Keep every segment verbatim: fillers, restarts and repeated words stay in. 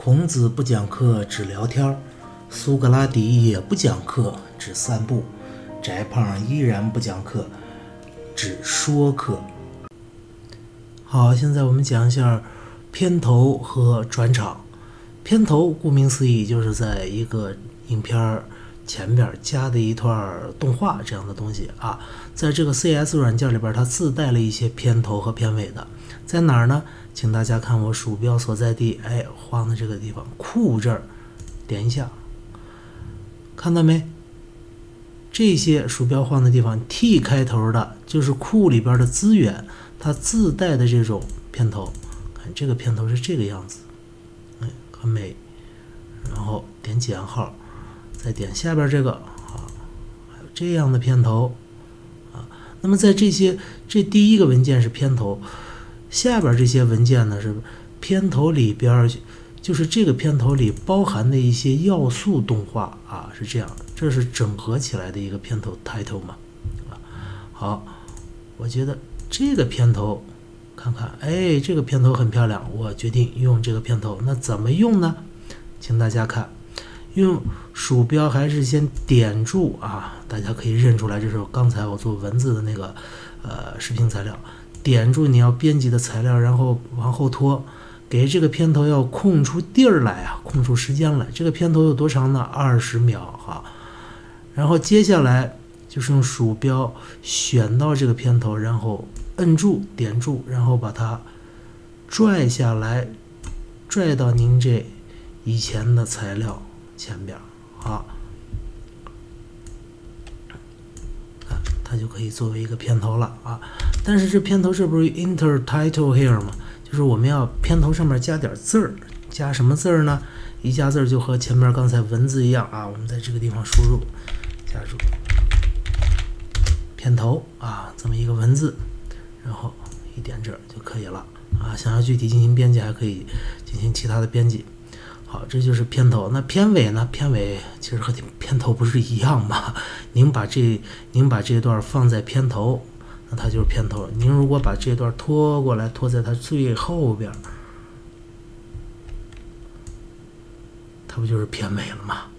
孔子不讲课只聊天，苏格拉底也不讲课只散步，翟胖依然不讲课只说课。好，现在我们讲一下片头和转场。片头顾名思义就是在一个影片前边加的一段动画这样的东西啊，在这个 C S 软件里边它自带了一些片头和片尾的，在哪儿呢？请大家看我鼠标所在地，哎，晃的这个地方库这儿点一下，看到没？这些鼠标晃的地方 T 开头的就是库里边的资源，它自带的这种片头。看这个片头是这个样子，哎，很美。然后点减号，再点下边这个啊，还有这样的片头啊。那么在这些，这第一个文件是片头，下边这些文件呢是片头里边，就是这个片头里包含的一些要素动画啊，是这样，这是整合起来的一个片头 title 嘛啊。好，我觉得这个片头看看，哎，这个片头很漂亮，我决定用这个片头。那怎么用呢？请大家看，用鼠标还是先点住啊，大家可以认出来，这是刚才我做文字的那个呃视频材料。点住你要编辑的材料，然后往后拖，给这个片头要空出地儿来啊，空出时间来。这个片头有多长呢？二十秒哈。然后接下来就是用鼠标选到这个片头，然后摁住点住，然后把它拽下来，拽到您这以前的材料前边啊，它就可以作为一个片头了啊。但是这片头这不是 Enter Title Here 吗？就是我们要片头上面加点字儿，加什么字儿呢？一加字儿就和前面刚才文字一样啊，我们在这个地方输入，加入片头啊，这么一个文字，然后一点这儿就可以了啊。想要具体进行编辑，还可以进行其他的编辑。好，这就是片头。那片尾呢？片尾其实和片头不是一样吗？您把这您把这段放在片头，那它就是片头了。您如果把这段拖过来，拖在它最后边，它不就是片尾了吗？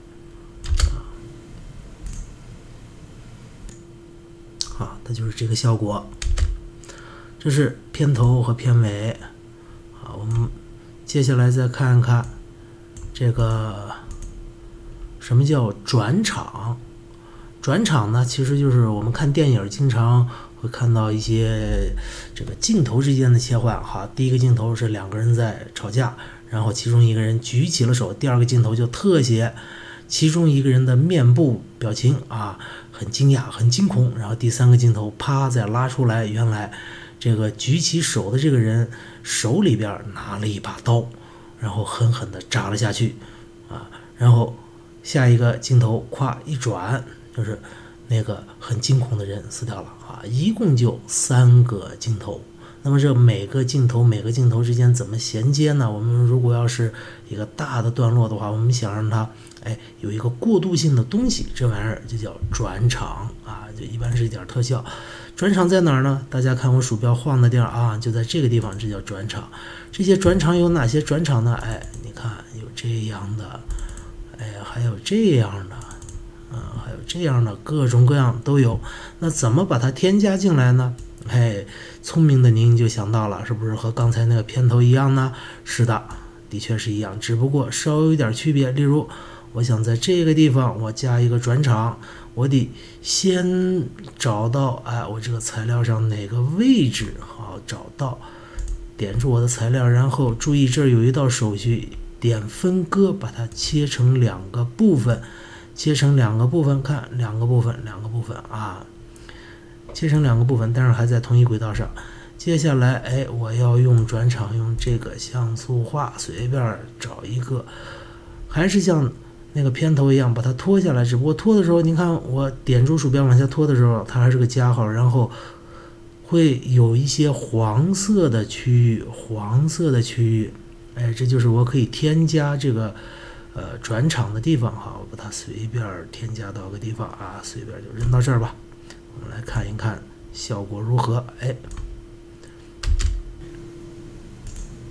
啊，它就是这个效果。这是片头和片尾。好，我们接下来再看看这个什么叫转场。转场呢，其实就是我们看电影经常会看到一些这个镜头之间的切换哈。第一个镜头是两个人在吵架，然后其中一个人举起了手，第二个镜头就特写其中一个人的面部表情啊，很惊讶很惊恐，然后第三个镜头啪再拉出来，原来这个举起手的这个人手里边拿了一把刀，然后狠狠地扎了下去啊。然后下一个镜头咵一转，就是那个很惊恐的人死掉了啊。一共就三个镜头。那么这每个镜头每个镜头之间怎么衔接呢？我们如果要是一个大的段落的话，我们想让它哎有一个过渡性的东西，这玩意儿就叫转场啊，就一般是一点特效。转场在哪儿呢？大家看我鼠标晃的地儿啊，就在这个地方，这叫转场。这些转场有哪些转场呢？哎，你看有这样的，哎，还有这样的，嗯，还有这样的，各种各样都有。那怎么把它添加进来呢？哎，聪明的您就想到了，是不是和刚才那个片头一样呢？是的，的确是一样，只不过稍微有点区别。例如，我想在这个地方我加一个转场，我得先找到，哎，我这个材料上哪个位置好找到，点住我的材料，然后注意这儿有一道手续，点分割，把它切成两个部分，切成两个部分，看两个部分，两个部分啊。切成两个部分，但是还在同一轨道上。接下来，哎，我要用转场，用这个像素画，随便找一个，还是像那个片头一样把它拖下来。只不过拖的时候，您看我点住鼠标往下拖的时候，它还是个加号，然后会有一些黄色的区域，黄色的区域，哎，这就是我可以添加这个呃转场的地方。好，我把它随便添加到个地方啊，随便就扔到这儿吧。我们来看一看效果如何。哎，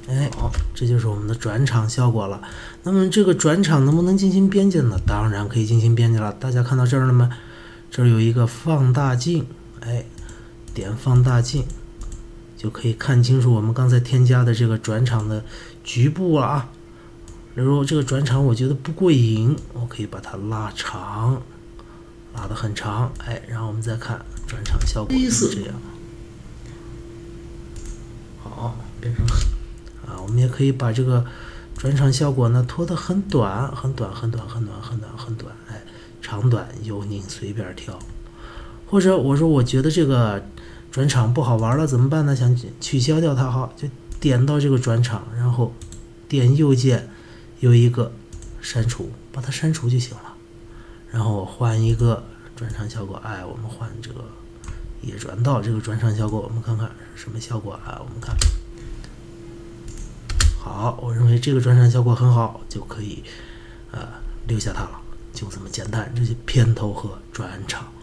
哎，好，这就是我们的转场效果了。那么这个转场能不能进行编辑呢？当然可以进行编辑了。大家看到这儿了吗？这儿有一个放大镜，哎，点放大镜就可以看清楚我们刚才添加的这个转场的局部了啊。例如这个转场我觉得不过瘾，我可以把它拉长，拉得很长，哎，然后我们再看转场效果是这样。好，变成啊，我们也可以把这个转场效果呢拖得很短，很短，很短，很短，很短，很短，哎，长短由您随便挑。或者我说我觉得这个转场不好玩了怎么办呢？想取消掉它，好，就点到这个转场，然后点右键，有一个删除，把它删除就行了。然后换一个转场效果，哎，我们换这个也转到这个转场效果，我们看看什么效果啊？我们看，好，我认为这个转场效果很好，就可以呃留下它了，就这么简单，这些片头和转场。